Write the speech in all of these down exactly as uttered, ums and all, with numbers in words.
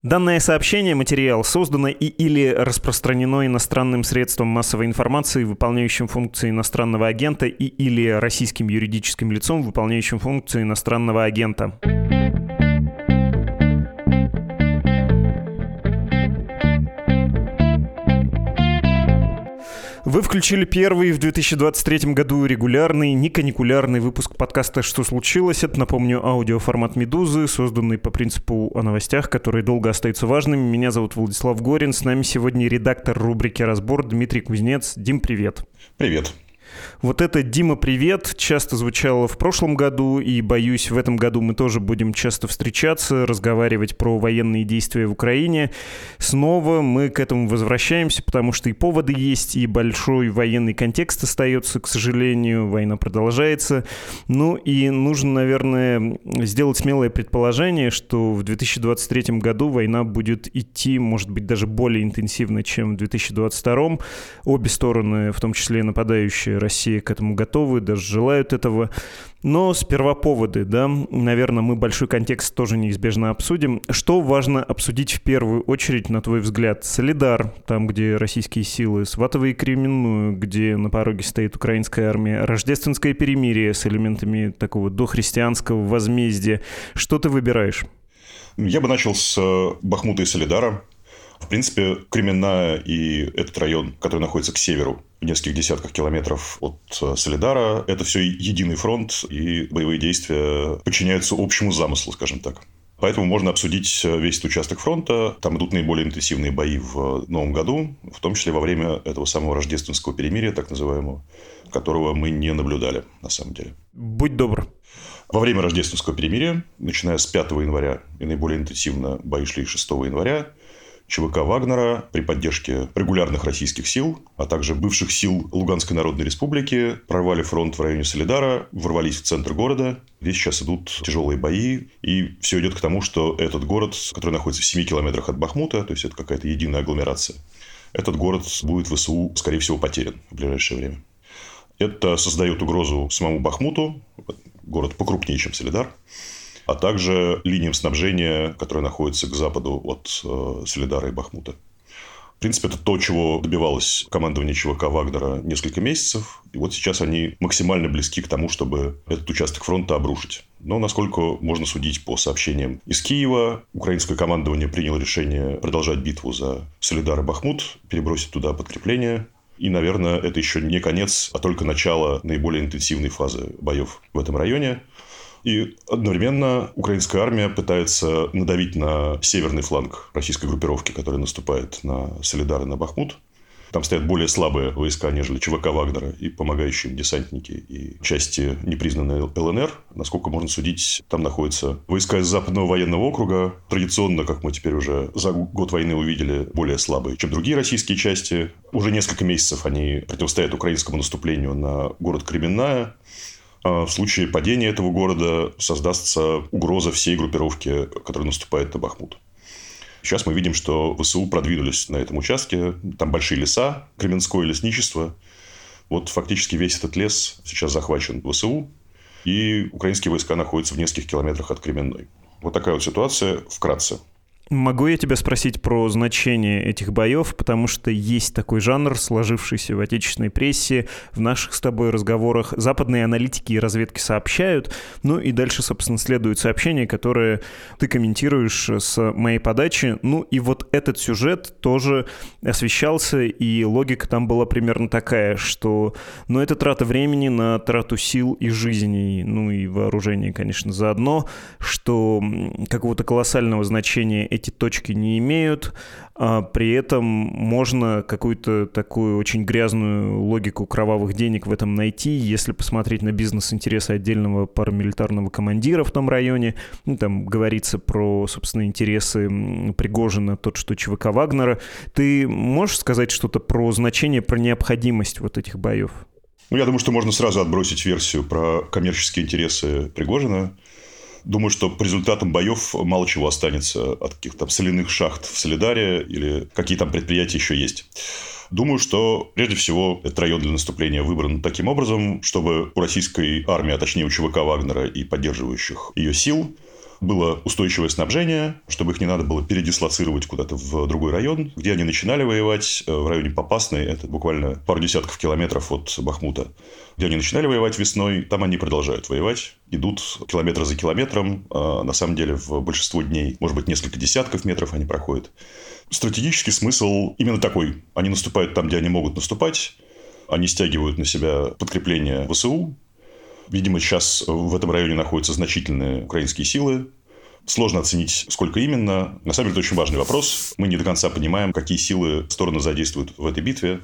Данное сообщение, материал создано и или распространено иностранным средством массовой информации, выполняющим функции иностранного агента, и или российским юридическим лицом, выполняющим функции иностранного агента. Вы включили первый в две тысячи двадцать третьем году регулярный, не каникулярный выпуск подкаста «Что случилось?». Это, напомню, аудиоформат «Медузы», созданный по принципу о новостях, которые долго остаются важными. Меня зовут Владислав Горин. С нами сегодня редактор рубрики «Разбор» Дмитрий Кузнец. Дим, привет. Привет. Вот это «Дима, привет» часто звучало в прошлом году, и, боюсь, в этом году мы тоже будем часто встречаться, разговаривать про военные действия в Украине. Снова мы к этому возвращаемся, потому что и поводы есть, и большой военный контекст остается, к сожалению, война продолжается. Ну и нужно, наверное, сделать смелое предположение, что в две тысячи двадцать третьем году война будет идти, может быть, даже более интенсивно, чем в две тысячи двадцать втором. Обе стороны, в том числе нападающие, Россия к этому готовы, даже желают этого. Но сперва поводы, да, наверное, мы большой контекст тоже неизбежно обсудим. Что важно обсудить в первую очередь, на твой взгляд? Солидар, там, где российские силы, Сватово и Кременную, где на пороге стоит украинская армия, рождественское перемирие с элементами такого дохристианского возмездия. Что ты выбираешь? Я бы начал с Бахмута и Солидара. В принципе, Кременная и этот район, который находится к северу, в нескольких десятках километров от Солидара, это все единый фронт, и боевые действия подчиняются общему замыслу, скажем так. Поэтому можно обсудить весь этот участок фронта. Там идут наиболее интенсивные бои в Новом году, в том числе во время этого самого рождественского перемирия, так называемого, которого мы не наблюдали на самом деле. Будь добр. Во время рождественского перемирия, начиная с пятого января, и наиболее интенсивно бои шли шестого января, ЧВК Вагнера при поддержке регулярных российских сил, а также бывших сил Луганской Народной Республики прорвали фронт в районе Солидара, ворвались в центр города, где сейчас идут тяжелые бои. И все идет к тому, что этот город, который находится в семи километрах от Бахмута, то есть это какая-то единая агломерация, этот город будет ВСУ, скорее всего, потерян в ближайшее время. Это создает угрозу самому Бахмуту, город покрупнее, чем Солидар, а также линиям снабжения, которые находятся к западу от э, Солидара и Бахмута. В принципе, это то, чего добивалось командование ЧВК Вагнера несколько месяцев. И вот сейчас они максимально близки к тому, чтобы этот участок фронта обрушить. Но, насколько можно судить по сообщениям из Киева, украинское командование приняло решение продолжать битву за Солидар и Бахмут, перебросить туда подкрепление. И, наверное, это еще не конец, а только начало наиболее интенсивной фазы боев в этом районе. И одновременно украинская армия пытается надавить на северный фланг российской группировки, которая наступает на Солидар и на Бахмут. Там стоят более слабые войска, нежели ЧВК Вагнера и помогающие им десантники и части непризнанной ЛНР. Насколько можно судить, там находятся войска из Западного военного округа. Традиционно, как мы теперь уже за год войны увидели, более слабые, чем другие российские части. Уже несколько месяцев они противостоят украинскому наступлению на город Кременная. В случае падения этого города создастся угроза всей группировки, которая наступает на Бахмут. Сейчас мы видим, что ВСУ продвинулись на этом участке. Там большие леса, Кременское лесничество. Вот фактически весь этот лес сейчас захвачен ВСУ. И украинские войска находятся в нескольких километрах от Кременной. Вот такая вот ситуация вкратце. Могу я тебя спросить про значение этих боев, потому что есть такой жанр, сложившийся в отечественной прессе, в наших с тобой разговорах. Западные аналитики и разведки сообщают, ну и дальше, собственно, следует сообщение, которое ты комментируешь с моей подачи. Ну и вот этот сюжет тоже освещался, и логика там была примерно такая, что, ну, это трата времени на трату сил и жизней, ну и вооружения, конечно, заодно, что какого-то колоссального значения эти точки не имеют, а при этом можно какую-то такую очень грязную логику кровавых денег в этом найти, если посмотреть на бизнес-интересы отдельного парамилитарного командира в том районе. Ну, там говорится про, собственно, интересы Пригожина, тот, что ЧВК Вагнера. Ты можешь сказать что-то про значение, про необходимость вот этих боев? Ну, я думаю, что можно сразу отбросить версию про коммерческие интересы Пригожина. Думаю, что по результатам боев мало чего останется от каких-то там соляных шахт в Солидаре или какие там предприятия еще есть. Думаю, что прежде всего этот район для наступления выбран таким образом, чтобы у российской армии, а точнее у ЧВК Вагнера и поддерживающих ее сил, было устойчивое снабжение, чтобы их не надо было передислоцировать куда-то в другой район, где они начинали воевать, в районе Попасной, это буквально пару десятков километров от Бахмута, где они начинали воевать весной, там они продолжают воевать, идут километр за километром, а на самом деле в большинство дней, может быть, несколько десятков метров они проходят. Стратегический смысл именно такой. Они наступают там, где они могут наступать, они стягивают на себя подкрепление ВСУ. Видимо, сейчас в этом районе находятся значительные украинские силы. Сложно оценить, сколько именно. На самом деле, это очень важный вопрос. Мы не до конца понимаем, какие силы стороны задействуют в этой битве.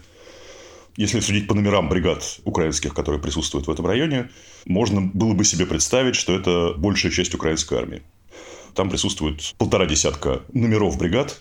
Если судить по номерам бригад украинских, которые присутствуют в этом районе, можно было бы себе представить, что это большая часть украинской армии. Там присутствует полтора десятка номеров бригад.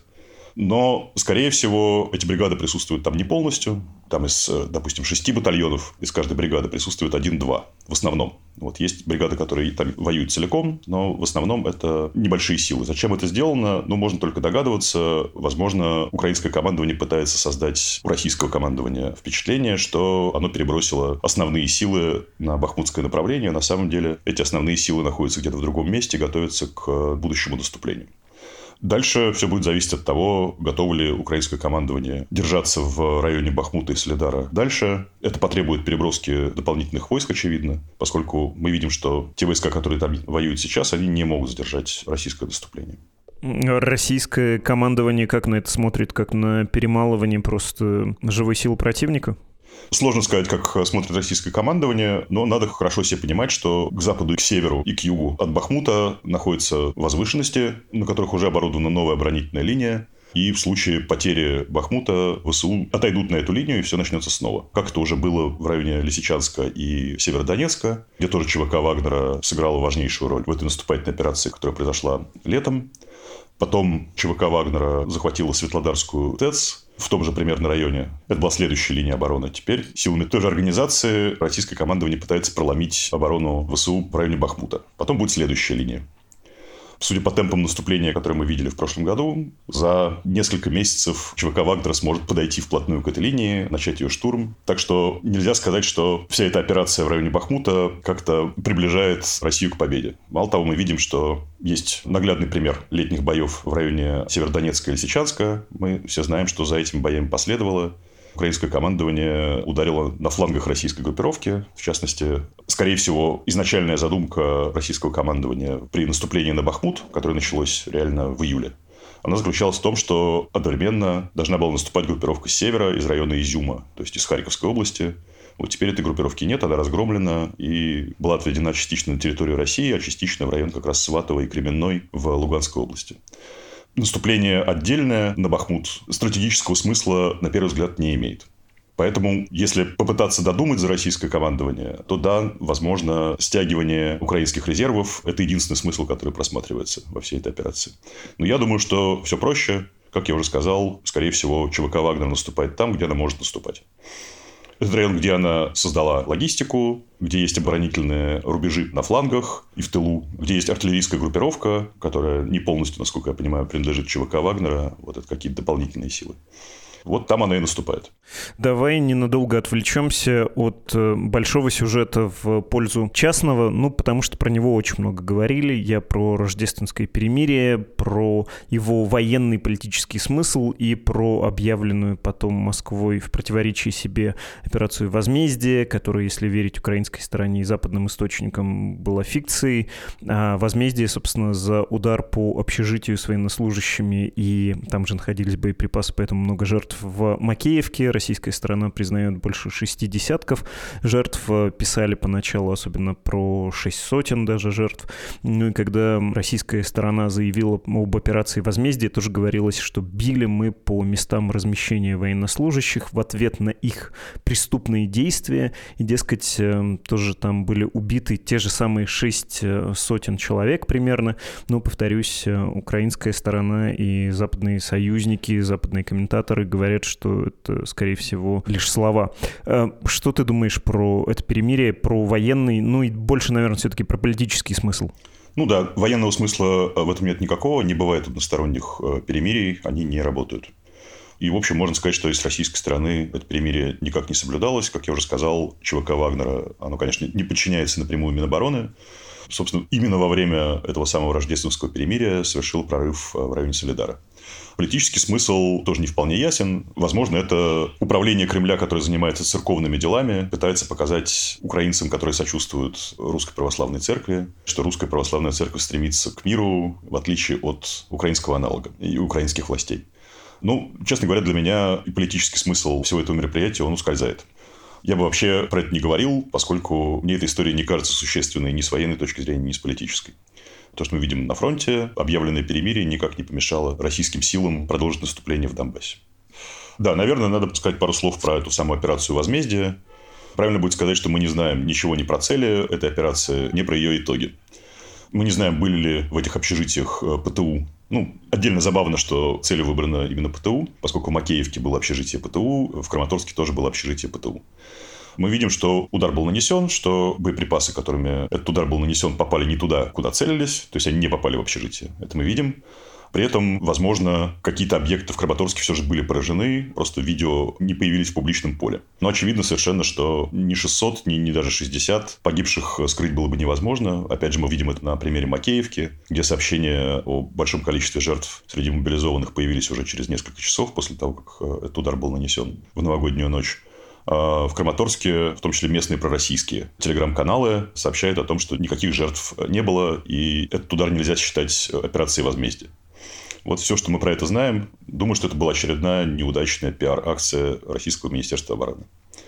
Но, скорее всего, эти бригады присутствуют там не полностью. Там из, допустим, шести батальонов из каждой бригады присутствует один-два в основном. Вот есть бригады, которые там воюют целиком, но в основном это небольшие силы. Зачем это сделано? Ну, можно только догадываться. Возможно, украинское командование пытается создать у российского командования впечатление, что оно перебросило основные силы на бахмутское направление. На самом деле, эти основные силы находятся где-то в другом месте, готовятся к будущему наступлению. Дальше все будет зависеть от того, готово ли украинское командование держаться в районе Бахмута и Солидара дальше. Это потребует переброски дополнительных войск, очевидно, поскольку мы видим, что те войска, которые там воюют сейчас, они не могут задержать российское наступление. Российское командование как на это смотрит? Как на перемалывание просто живой силы противника? Сложно сказать, как смотрит российское командование, но надо хорошо себе понимать, что к западу, к северу и к югу от Бахмута находятся возвышенности, на которых уже оборудована новая оборонительная линия. И в случае потери Бахмута ВСУ отойдут на эту линию, и все начнется снова. Как это уже было в районе Лисичанска и Северодонецка, где тоже ЧВК Вагнера сыграла важнейшую роль в этой наступательной операции, которая произошла летом. Потом ЧВК Вагнера захватила Светлодарскую ТЭЦ в том же примерно районе. Это была следующая линия обороны. Теперь силами той же организации российское командование пытается проломить оборону ВСУ в районе Бахмута. Потом будет следующая линия. Судя по темпам наступления, которые мы видели в прошлом году, за несколько месяцев ЧВК Вагнера сможет подойти вплотную к этой линии, начать ее штурм. Так что нельзя сказать, что вся эта операция в районе Бахмута как-то приближает Россию к победе. Мало того, мы видим, что есть наглядный пример летних боев в районе Северодонецка и Лисичанска. Мы все знаем, что за этими боями последовало. Украинское командование ударило на флангах российской группировки. В частности, скорее всего, изначальная задумка российского командования при наступлении на Бахмут, которое началось реально в июле, она заключалась в том, что одновременно должна была наступать группировка с севера из района Изюма, то есть из Харьковской области. Вот теперь этой группировки нет, она разгромлена и была отведена частично на территорию России, а частично в район как раз Сватово и Кременной в Луганской области. Наступление отдельное на Бахмут стратегического смысла, на первый взгляд, не имеет. Поэтому, если попытаться додумать за российское командование, то да, возможно, стягивание украинских резервов – это единственный смысл, который просматривается во всей этой операции. Но я думаю, что все проще. Как я уже сказал, скорее всего, ЧВК «Вагнер» наступает там, где она может наступать. Это район, где она создала логистику, где есть оборонительные рубежи на флангах и в тылу, где есть артиллерийская группировка, которая не полностью, насколько я понимаю, принадлежит ЧВК Вагнера. Вот это какие-то дополнительные силы. Вот там она и наступает. Давай ненадолго отвлечемся от большого сюжета в пользу частного, ну, потому что про него очень много говорили. Я про рождественское перемирие, про его военный политический смысл и про объявленную потом Москвой в противоречии себе операцию «Возмездие», которая, если верить украинской стороне и западным источникам, была фикцией. А «Возмездие», собственно, за удар по общежитию с военнослужащими, и там же находились боеприпасы, поэтому много жертв в Макеевке. Российская сторона признает больше шести десятков жертв. Писали поначалу особенно про шесть сотен даже жертв. Ну и когда российская сторона заявила об операции «Возмездие», тоже говорилось, что били мы по местам размещения военнослужащих в ответ на их преступные действия. И, дескать, тоже там были убиты те же самые шесть сотен человек примерно. Но, повторюсь, украинская сторона и западные союзники, западные комментаторы говорят, говорят, что это, скорее всего, лишь слова. Что ты думаешь про это перемирие, про военный, ну и больше, наверное, все-таки про политический смысл? Ну да, военного смысла в этом нет никакого, не бывает односторонних перемирий, они не работают. И, в общем, можно сказать, что и с российской стороны это перемирие никак не соблюдалось. Как я уже сказал, ЧВК Вагнера, оно, конечно, не подчиняется напрямую Минобороны. собственно, именно во время этого самого рождественского перемирия совершил прорыв в районе Солидара. Политический смысл тоже не вполне ясен. Возможно, это управление Кремля, которое занимается церковными делами, пытается показать украинцам, которые сочувствуют Русской Православной Церкви, что Русская Православная Церковь стремится к миру, в отличие от украинского аналога и украинских властей. Ну, честно говоря, для меня и политический смысл всего этого мероприятия, он ускользает. Я бы вообще про это не говорил, поскольку мне эта история не кажется существенной ни с военной точки зрения, ни с политической. То, что мы видим на фронте, объявленное перемирие никак не помешало российским силам продолжить наступление в Донбассе. Да, наверное, надо сказать пару слов про эту самую операцию возмездия. Правильно будет сказать, что мы не знаем ничего ни про цели этой операции, ни про ее итоги. Мы не знаем, были ли в этих общежитиях ПТУ. Ну, отдельно забавно, что целью выбрано именно ПТУ, поскольку в Макеевке было общежитие ПТУ, в Краматорске тоже было общежитие ПТУ. Мы видим, что удар был нанесен, что боеприпасы, которыми этот удар был нанесен, попали не туда, куда целились, то есть они не попали в общежитие. Это мы видим. При этом, возможно, какие-то объекты в Краматорске все же были поражены, просто видео не появились в публичном поле. Но очевидно совершенно, что ни шестьсот, ни, ни даже шестьдесят погибших скрыть было бы невозможно. Опять же, мы видим это на примере Макеевки, где сообщения о большом количестве жертв среди мобилизованных появились уже через несколько часов после того, как этот удар был нанесен в новогоднюю ночь. В Краматорске, в том числе местные пророссийские телеграм-каналы, сообщают о том, что никаких жертв не было, и этот удар нельзя считать операцией возмездия. Вот все, что мы про это знаем. Думаю, что это была очередная неудачная пиар-акция Российского Министерства обороны.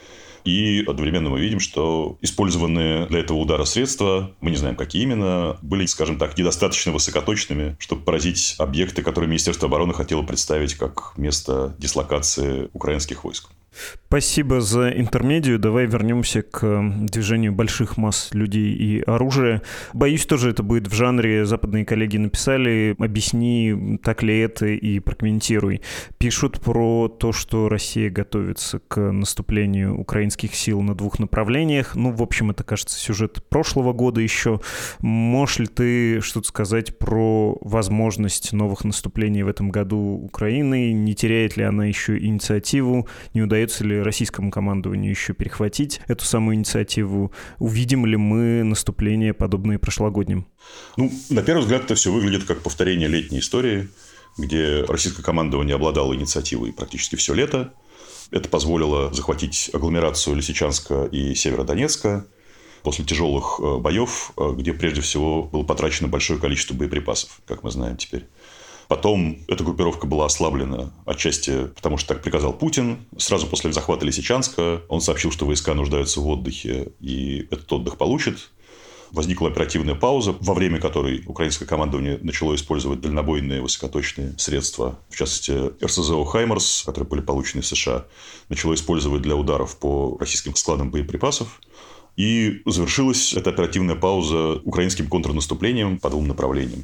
И одновременно мы видим, что использованные для этого удара средства, мы не знаем, какие именно, были, скажем так, недостаточно высокоточными, чтобы поразить объекты, которые Министерство обороны хотело представить как место дислокации украинских войск. Спасибо за интермедию. Давай вернемся к движению больших масс людей и оружия. Боюсь, тоже это будет в жанре «Западные коллеги написали». Объясни, так ли это, и прокомментируй. Пишут про то, что Россия готовится к наступлению украинских сил на двух направлениях. Ну, в общем, это, кажется, сюжет прошлого года еще. Можешь ли ты что-то сказать про возможность новых наступлений в этом году Украины? Не теряет ли она еще инициативу? Не удается ли российскому командованию еще перехватить эту самую инициативу? Увидим ли мы наступление, подобное прошлогодним? Ну, на первый взгляд, это все выглядит как повторение летней истории, где российское командование обладало инициативой практически все лето. Это позволило захватить агломерацию Лисичанска и Северодонецка после тяжелых боев, где прежде всего было потрачено большое количество боеприпасов, как мы знаем теперь. Потом эта группировка была ослаблена отчасти потому, что так приказал Путин. Сразу после захвата Лисичанска он сообщил, что войска нуждаются в отдыхе, и этот отдых получит. Возникла оперативная пауза, во время которой украинское командование начало использовать дальнобойные высокоточные средства, в частности, эр эс зэ о «Хаймарс», которые были получены из США, начало использовать для ударов по российским складам боеприпасов. И завершилась эта оперативная пауза украинским контрнаступлением по двум направлениям.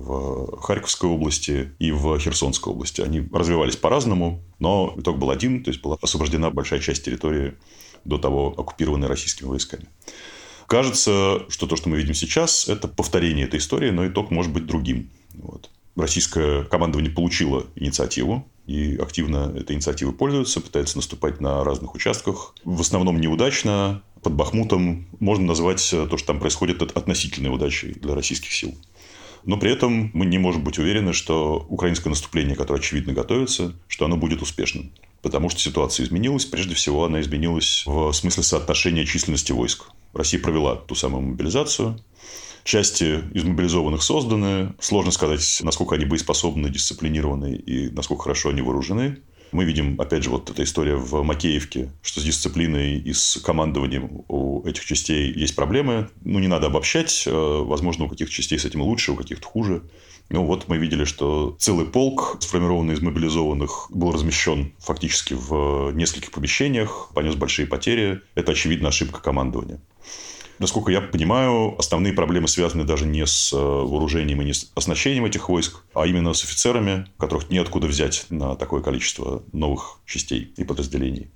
В Харьковской области и в Херсонской области. Они развивались по-разному, но итог был один. То есть, была освобождена большая часть территории, до того оккупированной российскими войсками. Кажется, что то, что мы видим сейчас, это повторение этой истории, но итог может быть другим. Вот. Российское командование получило инициативу и активно этой инициативой пользуется, пытается наступать на разных участках. В основном неудачно. Под Бахмутом можно назвать то, что там происходит, относительной удачей для российских сил. Но при этом мы не можем быть уверены, что украинское наступление, которое очевидно готовится, что оно будет успешным. Потому что ситуация изменилась. Прежде всего, она изменилась в смысле соотношения численности войск. Россия провела ту самую мобилизацию. Части из мобилизованных созданы. Сложно сказать, насколько они боеспособны, дисциплинированы и насколько хорошо они вооружены. Мы видим, опять же, вот эта история в Макеевке, что с дисциплиной и с командованием у этих частей есть проблемы. Ну, не надо обобщать. Возможно, у каких-то частей с этим лучше, у каких-то хуже. Ну, вот мы видели, что целый полк, сформированный из мобилизованных, был размещен фактически в нескольких помещениях, понес большие потери. Это, очевидно, ошибка командования. Насколько я понимаю, основные проблемы связаны даже не с вооружением и не с оснащением этих войск, а именно с офицерами, которых неоткуда взять на такое количество новых частей и подразделений.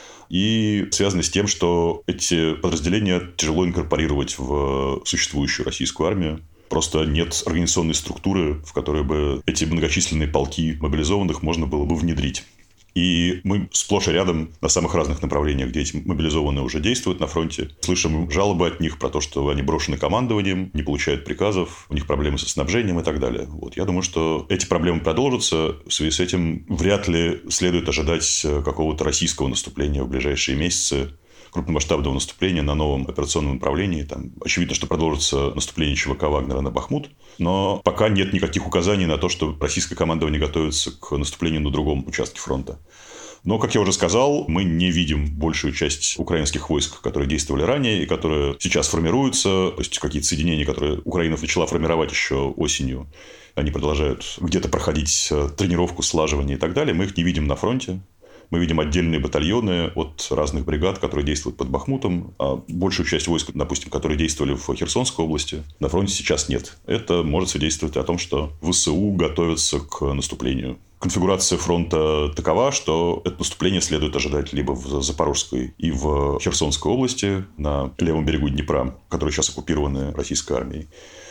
И связаны с тем, что эти подразделения тяжело инкорпорировать в существующую российскую армию. Просто нет организационной структуры, в которой бы эти многочисленные полки мобилизованных можно было бы внедрить. И мы сплошь и рядом на самых разных направлениях, где эти мобилизованные уже действуют на фронте, слышим жалобы от них про то, что они брошены командованием, не получают приказов, у них проблемы со снабжением и так далее. Вот. Я думаю, что эти проблемы продолжатся. В связи с этим вряд ли следует ожидать какого-то российского наступления в ближайшие месяцы, крупномасштабного наступления на новом операционном направлении. Там, очевидно, что продолжится наступление ЧВК Вагнера на Бахмут, но пока нет никаких указаний на то, что российское командование готовится к наступлению на другом участке фронта. Но, как я уже сказал, мы не видим большую часть украинских войск, которые действовали ранее и которые сейчас формируются. То есть, какие-то соединения, которые Украина начала формировать еще осенью, они продолжают где-то проходить тренировку, слаживание и так далее. Мы их не видим на фронте. Мы видим отдельные батальоны от разных бригад, которые действуют под Бахмутом, а большую часть войск, допустим, которые действовали в Херсонской области, на фронте сейчас нет. Это может свидетельствовать о том, что ВСУ готовятся к наступлению. Конфигурация фронта такова, что это наступление следует ожидать либо в Запорожской и в Херсонской области, на левом берегу Днепра, которые сейчас оккупированы российской армией,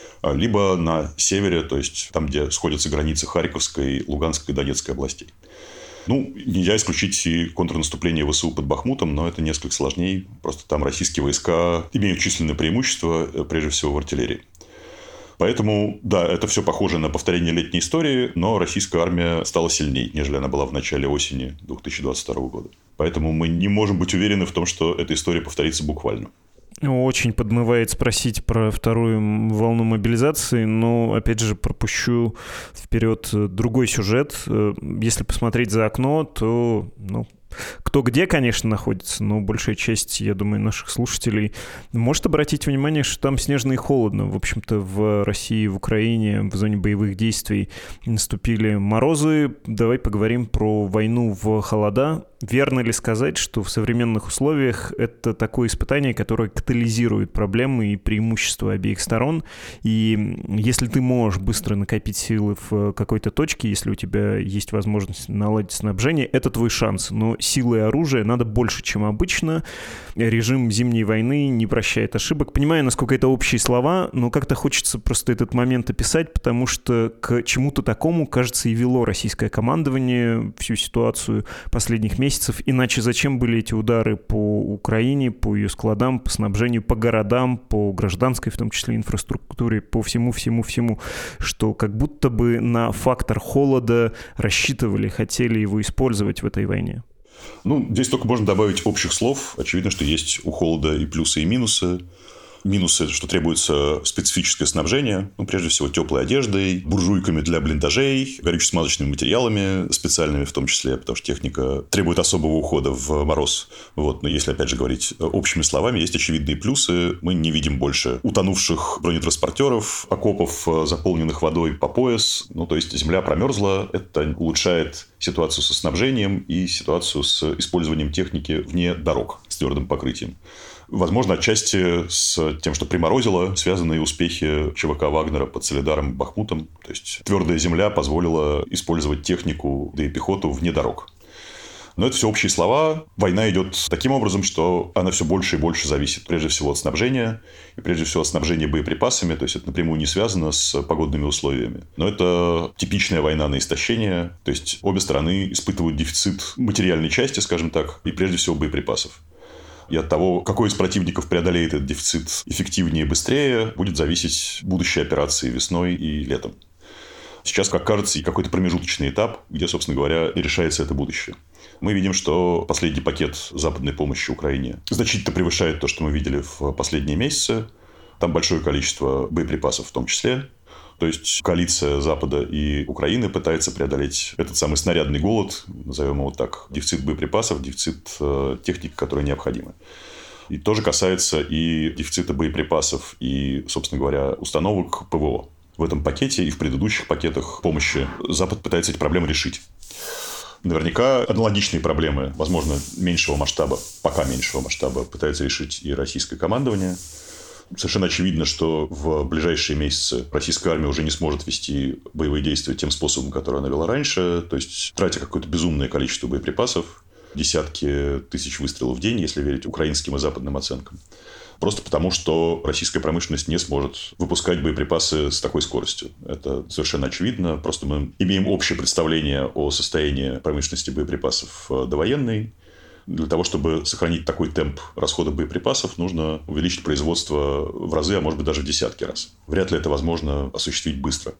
либо на севере, то есть там, где сходятся границы Харьковской, Луганской и Донецкой областей. Ну, нельзя исключить и контрнаступление ВСУ под Бахмутом, но это несколько сложнее. Просто там российские войска имеют численное преимущество, прежде всего в артиллерии. Поэтому, да, это все похоже на повторение летней истории, но российская армия стала сильнее, нежели она была в начале осени две тысячи двадцать второго года. Поэтому мы не можем быть уверены в том, что эта история повторится буквально. Очень подмывает спросить про вторую волну мобилизации, но, опять же, пропущу вперед другой сюжет. Если посмотреть за окно, то, ну, кто где, конечно, находится, но большая часть, я думаю, наших слушателей может обратить внимание, что там снежно и холодно. В общем-то, в России, в Украине, в зоне боевых действий наступили морозы. Давай поговорим про войну в холода. Верно ли сказать, что в современных условиях это такое испытание, которое катализирует проблемы и преимущества обеих сторон? И если ты можешь быстро накопить силы в какой-то точке, если у тебя есть возможность наладить снабжение, это твой шанс. Но силы и оружия надо больше, чем обычно. Режим зимней войны не прощает ошибок. Понимаю, насколько это общие слова, но как-то хочется просто этот момент описать, потому что к чему-то такому, кажется, и вело российское командование всю ситуацию последних месяцев. Иначе зачем были эти удары по Украине, по ее складам, по снабжению, по городам, по гражданской, в том числе, инфраструктуре, по всему-всему-всему, что как будто бы на фактор холода рассчитывали, хотели его использовать в этой войне? Ну, здесь только можно добавить общих слов. Очевидно, что есть у холода и плюсы, и минусы. Минусы, что требуется специфическое снабжение, ну, прежде всего, теплой одеждой, буржуйками для блиндажей, горюче-смазочными материалами специальными в том числе, потому что техника требует особого ухода в мороз. Вот. Но если, опять же, говорить общими словами, есть очевидные плюсы. Мы не видим больше утонувших бронетранспортеров, окопов, заполненных водой по пояс. Ну, то есть, земля промерзла. Это улучшает ситуацию со снабжением и ситуацию с использованием техники вне дорог с твердым покрытием. Возможно, отчасти с тем, что приморозило, связаны и успехи ЧВК Вагнера под Солидаром и Бахмутом. То есть, твердая земля позволила использовать технику, да и пехоту вне дорог. Но это все общие слова. Война идет таким образом, что она все больше и больше зависит, прежде всего, от снабжения, и прежде всего от снабжения боеприпасами. То есть, это напрямую не связано с погодными условиями. Но это типичная война на истощение. То есть, обе стороны испытывают дефицит материальной части, скажем так, и прежде всего боеприпасов. И от того, какой из противников преодолеет этот дефицит эффективнее и быстрее, будет зависеть будущие операции весной и летом. Сейчас, как кажется, и какой-то промежуточный этап, где, собственно говоря, и решается это будущее. Мы видим, что последний пакет западной помощи Украине значительно превышает то, что мы видели в последние месяцы. Там большое количество боеприпасов в том числе. То есть, коалиция Запада и Украины пытается преодолеть этот самый снарядный голод, назовем его так, дефицит боеприпасов, дефицит э, техники, которая необходима. И тоже касается и дефицита боеприпасов, и, собственно говоря, установок ПВО. В этом пакете и в предыдущих пакетах помощи Запад пытается эти проблемы решить. Наверняка аналогичные проблемы, возможно, меньшего масштаба, пока меньшего масштаба, пытается решить и российское командование. Совершенно очевидно, что в ближайшие месяцы российская армия уже не сможет вести боевые действия тем способом, который она вела раньше, то есть тратя какое-то безумное количество боеприпасов, десятки тысяч выстрелов в день, если верить украинским и западным оценкам. просто потому, что российская промышленность не сможет выпускать боеприпасы с такой скоростью. Это совершенно очевидно. Просто мы имеем общее представление о состоянии промышленности боеприпасов довоенной. Для того, чтобы сохранить такой темп расхода боеприпасов, нужно увеличить производство в разы, а может быть даже в десятки раз. Вряд ли это возможно осуществить быстро.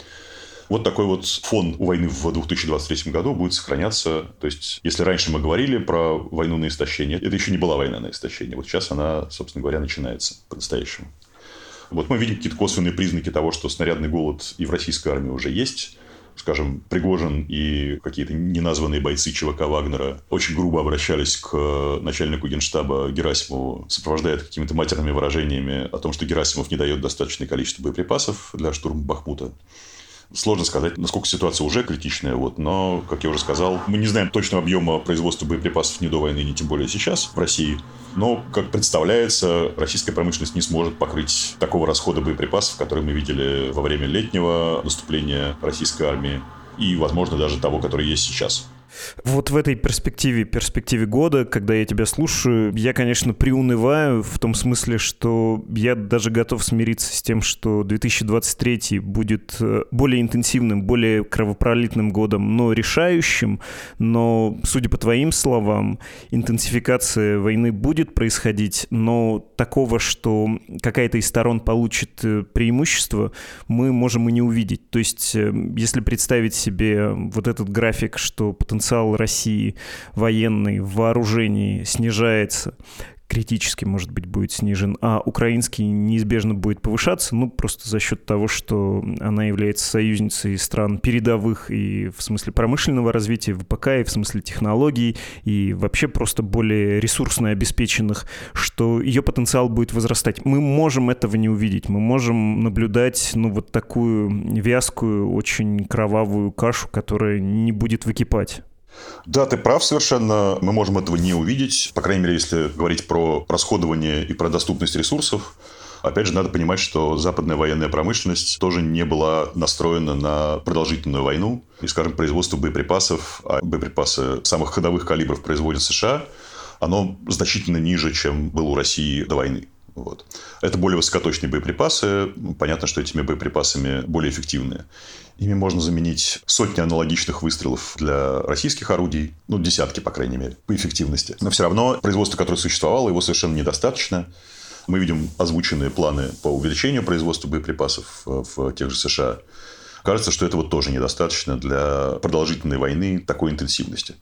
Вот такой вот фон у войны в две тысячи двадцать третьем году будет сохраняться. То есть, если раньше мы говорили про войну на истощение, это еще не была война на истощение. Вот сейчас она, собственно говоря, начинается по-настоящему. Вот мы видим какие-то косвенные признаки того, что снарядный голод и в российской армии уже есть. Скажем, Пригожин и какие-то неназванные бойцы ЧВК Вагнера очень грубо обращались к начальнику Генштаба Герасимову, сопровождая это какими-то матерными выражениями о том, что Герасимов не дает достаточное количество боеприпасов для штурма Бахмута. Сложно сказать, насколько ситуация уже критичная, вот, но, как я уже сказал, мы не знаем точного объема производства боеприпасов ни до войны, ни тем более сейчас в России. Но, как представляется, российская промышленность не сможет покрыть такого расхода боеприпасов, который мы видели во время летнего наступления российской армии и, возможно, даже того, который есть сейчас. Вот в этой перспективе, перспективе года, когда я тебя слушаю, я, конечно, приунываю в том смысле, что я даже готов смириться с тем, что две тысячи двадцать третий будет более интенсивным, более кровопролитным годом, но решающим. Но, судя по твоим словам, интенсификация войны будет происходить, но такого, что какая-то из сторон получит преимущество, мы можем и не увидеть. То есть, если представить себе вот этот график, что потенциально потенциал России военный в вооружении снижается, критически, может быть, будет снижен, а украинский неизбежно будет повышаться, ну, просто за счет того, что она является союзницей стран передовых и в смысле промышленного развития, ВПК, и в смысле технологий, и вообще просто более ресурсно обеспеченных, что ее потенциал будет возрастать. Мы можем этого не увидеть, мы можем наблюдать, ну, вот такую вязкую, очень кровавую кашу, которая не будет выкипать. Да, ты прав совершенно. Мы можем этого не увидеть. По крайней мере, если говорить про расходование и про доступность ресурсов. Опять же, надо понимать, что западная военная промышленность тоже не была настроена на продолжительную войну. И, скажем, производство боеприпасов, а боеприпасы самых ходовых калибров производит США, оно значительно ниже, чем было у России до войны. Вот. Это более высокоточные боеприпасы. Понятно, что этими боеприпасами более эффективные. Ими можно заменить сотни аналогичных выстрелов для российских орудий. Ну, десятки, по крайней мере, по эффективности. Но все равно производство, которое существовало, его совершенно недостаточно. Мы видим озвученные планы по увеличению производства боеприпасов в тех же США. Кажется, что этого тоже недостаточно для продолжительной войны такой интенсивности.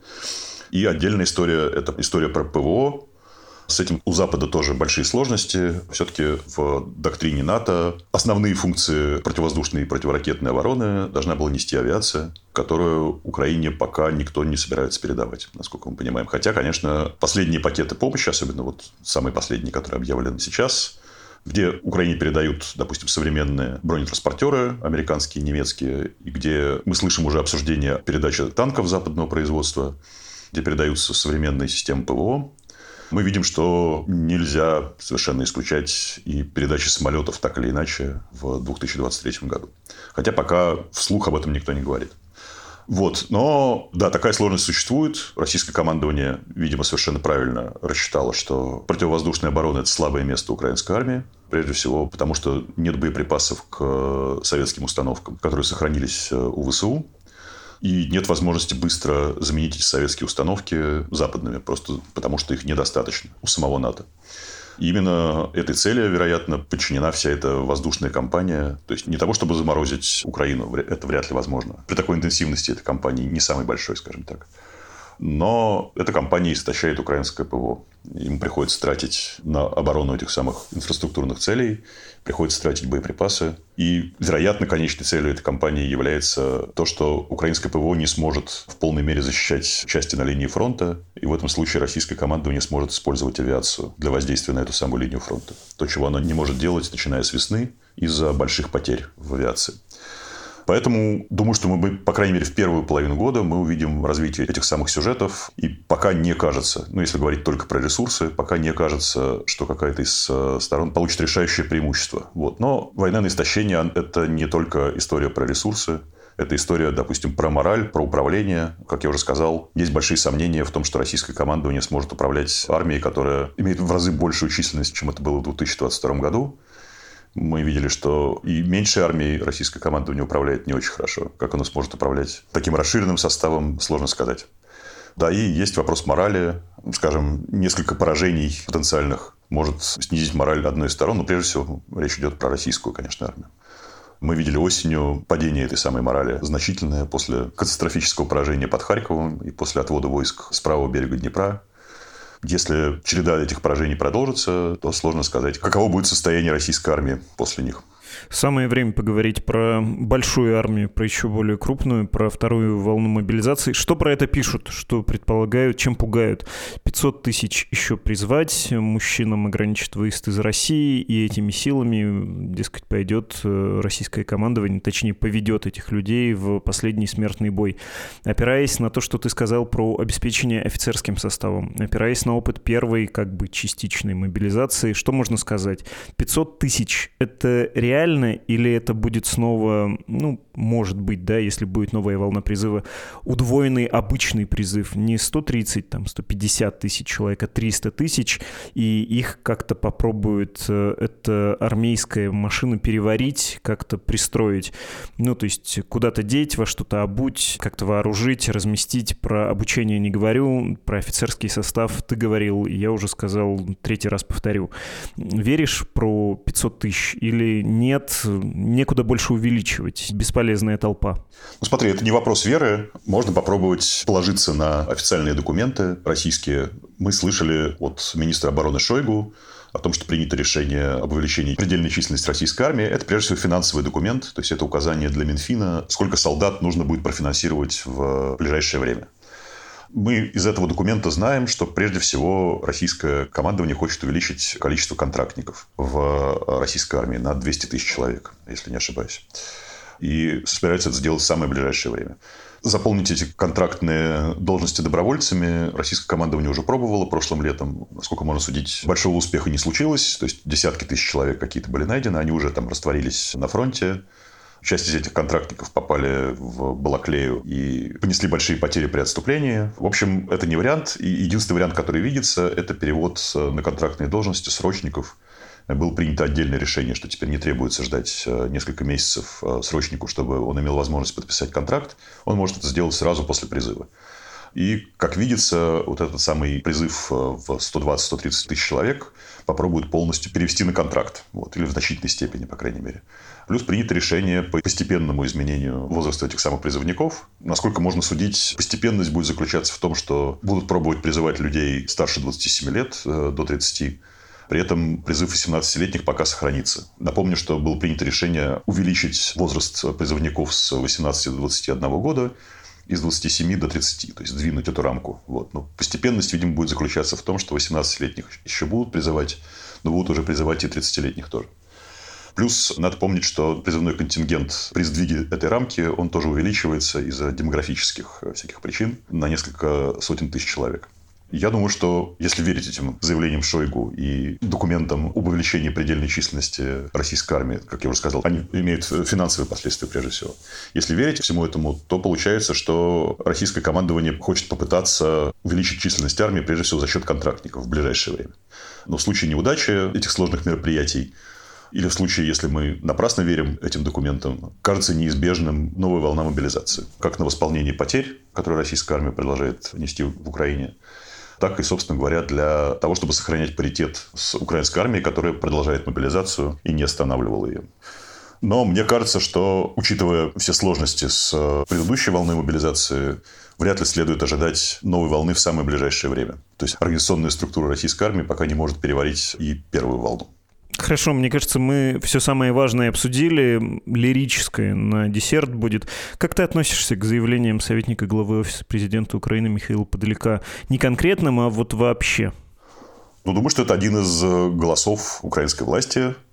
И отдельная история – это история про ПВО. С этим у Запада тоже большие сложности. Все-таки в доктрине НАТО основные функции противовоздушной и противоракетной обороны должна была нести авиация, которую Украине пока никто не собирается передавать, насколько мы понимаем. Хотя, конечно, последние пакеты помощи, особенно вот самые последние, которые объявлены сейчас, где Украине передают, допустим, современные бронетранспортеры, американские, немецкие, и где мы слышим уже обсуждение передачи танков западного производства, где передаются современные системы ПВО. Мы видим, что нельзя совершенно исключать и передачи самолетов так или иначе в две тысячи двадцать третьем году. Хотя пока вслух об этом никто не говорит. Вот. Но, да, такая сложность существует. Российское командование, видимо, совершенно правильно рассчитало, что противовоздушная оборона – это слабое место украинской армии. Прежде всего, потому что нет боеприпасов к советским установкам, которые сохранились у ВСУ. И нет возможности быстро заменить эти советские установки западными, просто потому что их недостаточно у самого НАТО. И именно этой цели, вероятно, подчинена вся эта воздушная кампания. То есть не того, чтобы заморозить Украину, это вряд ли возможно. При такой интенсивности этой кампании не самой большой, скажем так. Но эта кампания истощает украинское ПВО. Им приходится тратить на оборону этих самых инфраструктурных целей, приходится тратить боеприпасы. И, вероятно, конечной целью этой кампании является то, что украинское ПВО не сможет в полной мере защищать части на линии фронта. И в этом случае российское командование сможет использовать авиацию для воздействия на эту самую линию фронта. То, чего оно не может делать, начиная с весны, из-за больших потерь в авиации. Поэтому думаю, что мы, по крайней мере, в первую половину года мы увидим развитие этих самых сюжетов. И пока не кажется, ну, если говорить только про ресурсы, пока не кажется, что какая-то из сторон получит решающее преимущество. Вот. Но война на истощение – это не только история про ресурсы. Это история, допустим, про мораль, про управление. Как я уже сказал, есть большие сомнения в том, что российское командование сможет управлять армией, которая имеет в разы большую численность, чем это было в две тысячи двадцать втором году. Мы видели, что и меньшей армией российское командование управляет не очень хорошо. Как оно сможет управлять таким расширенным составом, сложно сказать. Да, и есть вопрос морали. Скажем, несколько поражений потенциальных может снизить мораль одной из сторон, но прежде всего речь идет про российскую, конечно, армию. Мы видели осенью падение этой самой морали значительное после катастрофического поражения под Харьковом и после отвода войск с правого берега Днепра. Если череда этих поражений продолжится, то сложно сказать, каково будет состояние российской армии после них. Самое время поговорить про большую армию, про еще более крупную, про вторую волну мобилизации. Что про это пишут, что предполагают, чем пугают? пятьсот тысяч еще призвать, мужчинам ограничат выезд из России, и этими силами, дескать, пойдет российское командование, точнее, поведет этих людей в последний смертный бой. Опираясь на то, что ты сказал про обеспечение офицерским составом, опираясь на опыт первой, как бы, частичной мобилизации, что можно сказать? пятьсот тысяч — это реально? Или это будет снова, ну, может быть, да, если будет новая волна призыва, удвоенный обычный призыв, не сто тридцать, там, сто пятьдесят тысяч человек, а триста тысяч, и их как-то попробует эта армейская машина переварить, как-то пристроить, ну, то есть куда-то деть, во что-то обуть, как-то вооружить, разместить. Про обучение не говорю, про офицерский состав ты говорил, я уже сказал, третий раз повторю. Веришь про пятьсот тысяч или нет? Некуда больше увеличивать. Бесполезная толпа. Ну, смотри, это не вопрос веры. Можно попробовать положиться на официальные документы российские. Мы слышали от министра обороны Шойгу о том, что принято решение об увеличении предельной численности российской армии. Это, прежде всего, финансовый документ. То есть, это указание для Минфина, сколько солдат нужно будет профинансировать в ближайшее время. Мы из этого документа знаем, что прежде всего российское командование хочет увеличить количество контрактников в российской армии на двести тысяч человек, если не ошибаюсь. И собирается это сделать в самое ближайшее время. Заполнить эти контрактные должности добровольцами российское командование уже пробовало прошлым летом. Насколько можно судить, большого успеха не случилось. То есть, десятки тысяч человек какие-то были найдены, они уже там растворились на фронте. Часть из этих контрактников попали в Балаклею и понесли большие потери при отступлении. В общем, это не вариант. И единственный вариант, который видится, это перевод на контрактные должности срочников. Было принято отдельное решение, что теперь не требуется ждать несколько месяцев срочнику, чтобы он имел возможность подписать контракт. Он может это сделать сразу после призыва. И, как видится, вот этот самый призыв в сто двадцать - сто тридцать тысяч человек попробуют полностью перевести на контракт. Вот, или в значительной степени, по крайней мере. Плюс принято решение по постепенному изменению возраста этих самых призывников. Насколько можно судить, постепенность будет заключаться в том, что будут пробовать призывать людей старше двадцати семи лет до тридцати. При этом призыв восемнадцатилетних пока сохранится. Напомню, что было принято решение увеличить возраст призывников с восемнадцати до двадцати одного года. Из двадцати семи до тридцати, то есть сдвинуть эту рамку. Вот. Но постепенность, видимо, будет заключаться в том, что восемнадцатилетних еще будут призывать, но будут уже призывать и тридцатилетних тоже. Плюс надо помнить, что призывной контингент при сдвиге этой рамки, он тоже увеличивается из-за демографических всяких причин на несколько сотен тысяч человек. Я думаю, что если верить этим заявлениям Шойгу и документам об увеличении предельной численности российской армии, как я уже сказал, они имеют финансовые последствия прежде всего. Если верить всему этому, то получается, что российское командование хочет попытаться увеличить численность армии прежде всего за счет контрактников в ближайшее время. Но в случае неудачи этих сложных мероприятий или в случае, если мы напрасно верим этим документам, кажется неизбежным новая волна мобилизации. Как на восполнение потерь, которые российская армия продолжает нести в Украине, так и, собственно говоря, для того, чтобы сохранять паритет с украинской армией, которая продолжает мобилизацию и не останавливала ее. Но мне кажется, что, учитывая все сложности с предыдущей волной мобилизации, вряд ли следует ожидать новой волны в самое ближайшее время. То есть организационная структура российской армии пока не может переварить и первую волну. Хорошо, мне кажется, мы все самое важное обсудили. Лирическое на десерт будет. Как ты относишься к заявлениям советника главы Офиса президента Украины Михаила Подоляка? Не конкретным, а вот вообще. Ну, думаю, что это один из голосов украинской власти.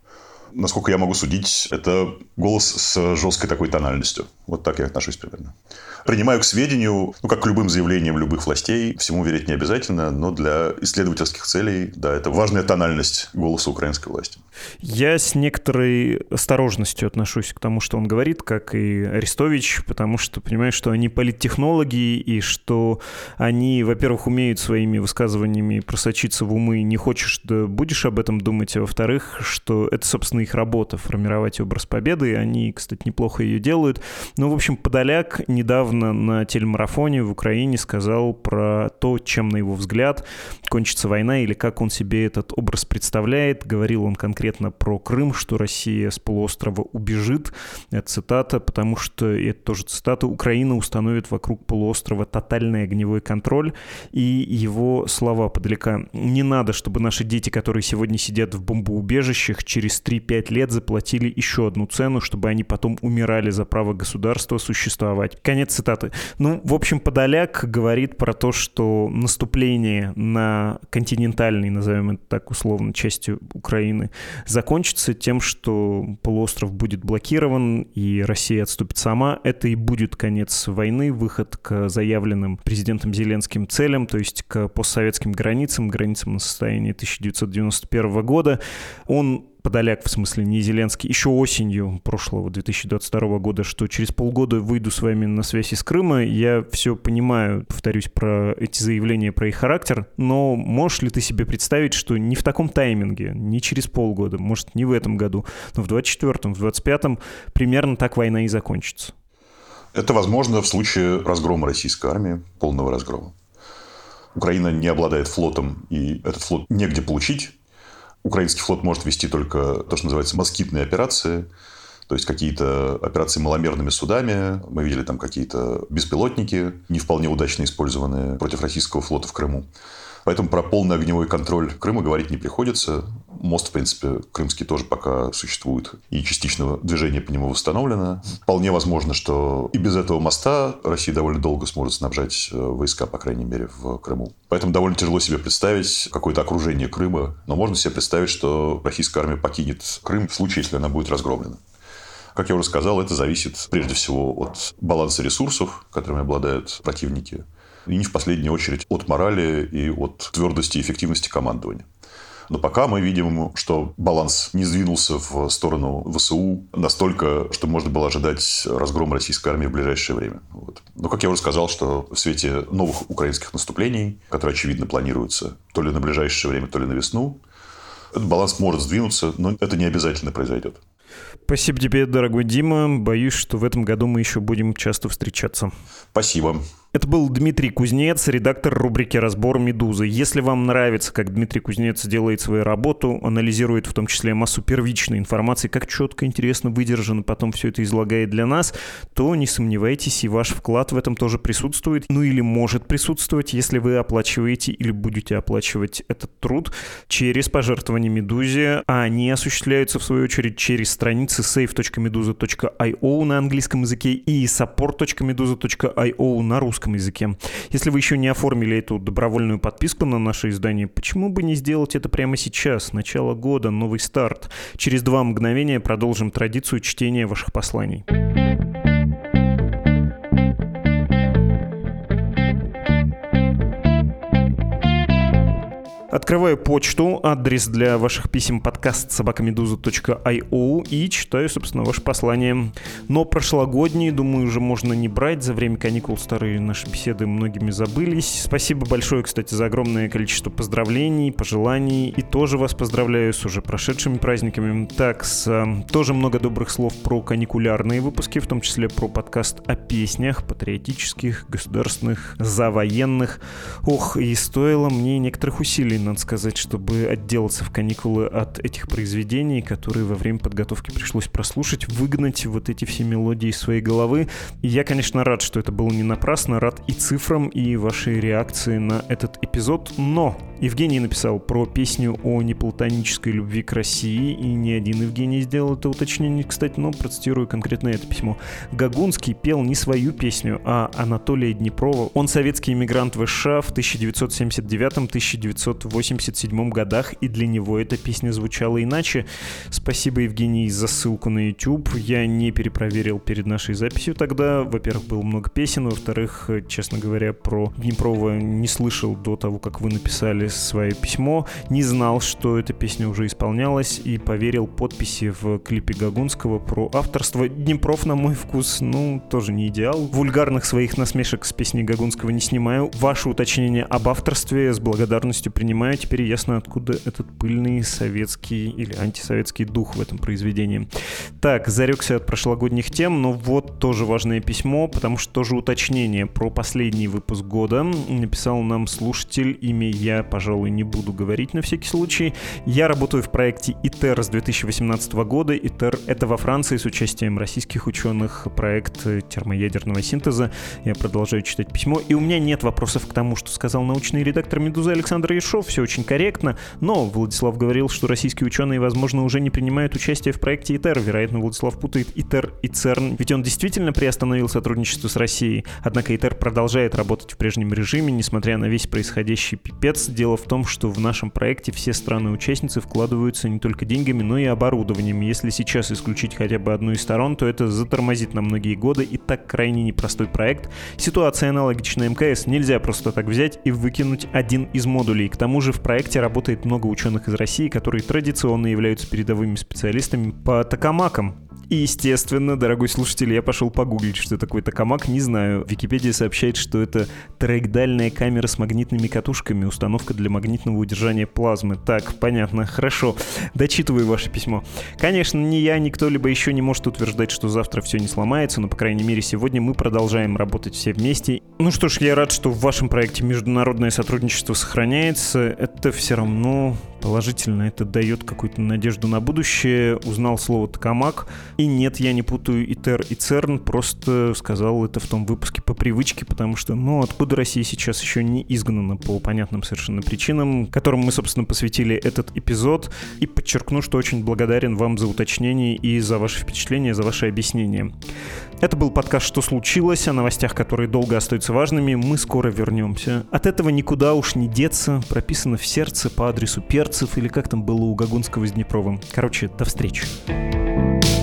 Насколько я могу судить, это голос с жесткой такой тональностью. Вот так я отношусь примерно. Принимаю к сведению, ну, как к любым заявлениям любых властей, всему верить не обязательно, но для исследовательских целей, да, это важная тональность голоса украинской власти. Я с некоторой осторожностью отношусь к тому, что он говорит, как и Арестович, потому что понимаю, что они политтехнологи, и что они, во-первых, умеют своими высказываниями просочиться в умы, не хочешь, да будешь об этом думать, а во-вторых, что это, собственно, их работа — формировать образ победы, и они, кстати, неплохо ее делают. Ну, в общем, Подоляк недавно на телемарафоне в Украине сказал про то, чем, на его взгляд, кончится война или как он себе этот образ представляет. Говорил он конкретно про Крым, что Россия с полуострова убежит. Это цитата, потому что, это тоже цитата, Украина установит вокруг полуострова тотальный огневой контроль. И его слова Подоляка: не надо, чтобы наши дети, которые сегодня сидят в бомбоубежищах, через три-пять лет заплатили еще одну цену, чтобы они потом умирали за право государства существовать. Конец цитаты. Ну, в общем, Подоляк говорит про то, что наступление на континентальной, назовем это так условно, части Украины закончится тем, что полуостров будет блокирован и Россия отступит сама. Это и будет конец войны, выход к заявленным президентом Зеленским целям, то есть к постсоветским границам, границам на состояние тысяча девятьсот девяносто первого года. Он, Подоляк, в смысле, не Зеленский, еще осенью прошлого две тысячи двадцать второго года, что через полгода выйду с вами на связь из Крыма. Я все понимаю, повторюсь, про эти заявления, про их характер, но можешь ли ты себе представить, что не в таком тайминге, не через полгода, может, не в этом году, но в двадцать четвёртом, в двадцать пятом примерно так война и закончится? Это возможно в случае разгрома российской армии, полного разгрома. Украина не обладает флотом, и этот флот негде получить. Украинский флот может вести только то, что называется москитные операции, то есть какие-то операции маломерными судами. Мы видели там какие-то беспилотники, не вполне удачно использованные против российского флота в Крыму. Поэтому про полный огневой контроль Крыма говорить не приходится. Мост, в принципе, крымский тоже пока существует, и частично движение по нему восстановлено. Вполне возможно, что и без этого моста Россия довольно долго сможет снабжать войска, по крайней мере, в Крыму. Поэтому довольно тяжело себе представить какое-то окружение Крыма, но можно себе представить, что российская армия покинет Крым в случае, если она будет разгромлена. Как я уже сказал, это зависит прежде всего от баланса ресурсов, которыми обладают противники, и не в последнюю очередь от морали и от твердости и эффективности командования. Но пока мы видим, что баланс не сдвинулся в сторону ВСУ настолько, что можно было ожидать разгрома российской армии в ближайшее время. Вот. Но, как я уже сказал, что в свете новых украинских наступлений, которые, очевидно, планируются то ли на ближайшее время, то ли на весну, этот баланс может сдвинуться, но это не обязательно произойдет. Спасибо тебе, дорогой Дима. Боюсь, что в этом году мы еще будем часто встречаться. Спасибо. Это был Дмитрий Кузнец, редактор рубрики «Разбор Медузы». Если вам нравится, как Дмитрий Кузнец делает свою работу, анализирует в том числе массу первичной информации, как четко, интересно, выдержано, потом все это излагает для нас, то не сомневайтесь, и ваш вклад в этом тоже присутствует. Ну или может присутствовать, если вы оплачиваете или будете оплачивать этот труд через пожертвования Медузе, а они осуществляются, в свою очередь, через страницы сейв точка медуза точка ай о на английском языке и саппорт точка медуза точка ай о на русском языке. Если вы еще не оформили эту добровольную подписку на наше издание, почему бы не сделать это прямо сейчас, начало года, новый старт? Через два мгновения продолжим традицию чтения ваших посланий. Открываю почту, адрес для ваших писем подкаст собака медуза точка ай о и читаю, собственно, ваше послание. Но прошлогодние, думаю, уже можно не брать. За время каникул старые наши беседы многими забылись. Спасибо большое, кстати, за огромное количество поздравлений, пожеланий. И тоже вас поздравляю с уже прошедшими праздниками. Так, с, тоже много добрых слов про каникулярные выпуски, в том числе про подкаст о песнях патриотических, государственных, завоенных. Ох, и стоило мне некоторых усилий, надо сказать, чтобы отделаться в каникулы от этих произведений, которые во время подготовки пришлось прослушать, выгнать вот эти все мелодии из своей головы. И я, конечно, рад, что это было не напрасно, рад и цифрам, и вашей реакции на этот эпизод. Но Евгений написал про песню о неплатонической любви к России, и не один Евгений сделал это уточнение, кстати, но процитирую конкретно это письмо. Гогунский пел не свою песню, а Анатолия Днепрова. Он советский эмигрант в США в тысяча девятьсот семьдесят девятом — тысяча девятьсот восемьдесят седьмом годах, и для него эта песня звучала иначе. Спасибо, Евгений, за ссылку на YouTube. Я не перепроверил перед нашей записью тогда. Во-первых, было много песен, во-вторых, честно говоря, про Днепрова не слышал до того, как вы написали свое письмо, не знал, что эта песня уже исполнялась, и поверил подписи в клипе Гогунского про авторство. Днепров, на мой вкус, ну, тоже не идеал. Вульгарных своих насмешек с песней Гогунского не снимаю. Ваше уточнение об авторстве с благодарностью принимаю. Теперь ясно, откуда этот пыльный советский или антисоветский дух в этом произведении. Так, зарекся от прошлогодних тем, но вот тоже важное письмо, потому что тоже уточнение про последний выпуск года. Написал нам слушатель, имя я, пожалуй, не буду говорить на всякий случай. Я работаю в проекте ИТЕР с две тысячи восемнадцатого года. ИТЕР — это во Франции с участием российских ученых проект термоядерного синтеза. Я продолжаю читать письмо, и у меня нет вопросов к тому, что сказал научный редактор «Медузы» Александр Ершов. Все очень корректно, но Владислав говорил, что российские ученые, возможно, уже не принимают участие в проекте ИТЕР. Вероятно, Владислав путает ИТЕР и ЦЕРН, ведь он действительно приостановил сотрудничество с Россией. Однако ИТЕР продолжает работать в прежнем режиме, несмотря на весь происходящий пипец. Дело в том, что в нашем проекте все страны-участницы вкладываются не только деньгами, но и оборудованием. Если сейчас исключить хотя бы одну из сторон, то это затормозит на многие годы, и так крайне непростой проект. Ситуация аналогичная эм ка эс. Нельзя просто так взять и выкинуть один из модулей. К тому же в проекте работает много ученых из России, которые традиционно являются передовыми специалистами по токамакам. И, естественно, дорогой слушатель, я пошел погуглить, что такое токамак, не знаю. Википедия сообщает, что это тороидальная камера с магнитными катушками, установка для магнитного удержания плазмы. Так, понятно, хорошо. Дочитываю ваше письмо. Конечно, ни я, ни кто-либо еще не может утверждать, что завтра все не сломается, но, по крайней мере, сегодня мы продолжаем работать все вместе. Ну что ж, я рад, что в вашем проекте международное сотрудничество сохраняется. Это все равно положительно, это дает какую-то надежду на будущее. Узнал слово «токамак». И нет, я не путаю ИТЕР и ЦЕРН, просто сказал это в том выпуске по привычке, потому что, ну, откуда Россия сейчас еще не изгнана по понятным совершенно причинам, которым мы, собственно, посвятили этот эпизод. И подчеркну, что очень благодарен вам за уточнение и за ваши впечатления, за ваши объяснения. Это был подкаст «Что случилось?», о новостях, которые долго остаются важными. Мы скоро вернемся. От этого никуда уж не деться. Прописано в сердце по адресу Перцев, или как там было у Гогунского с Днепровым. Короче, до встречи.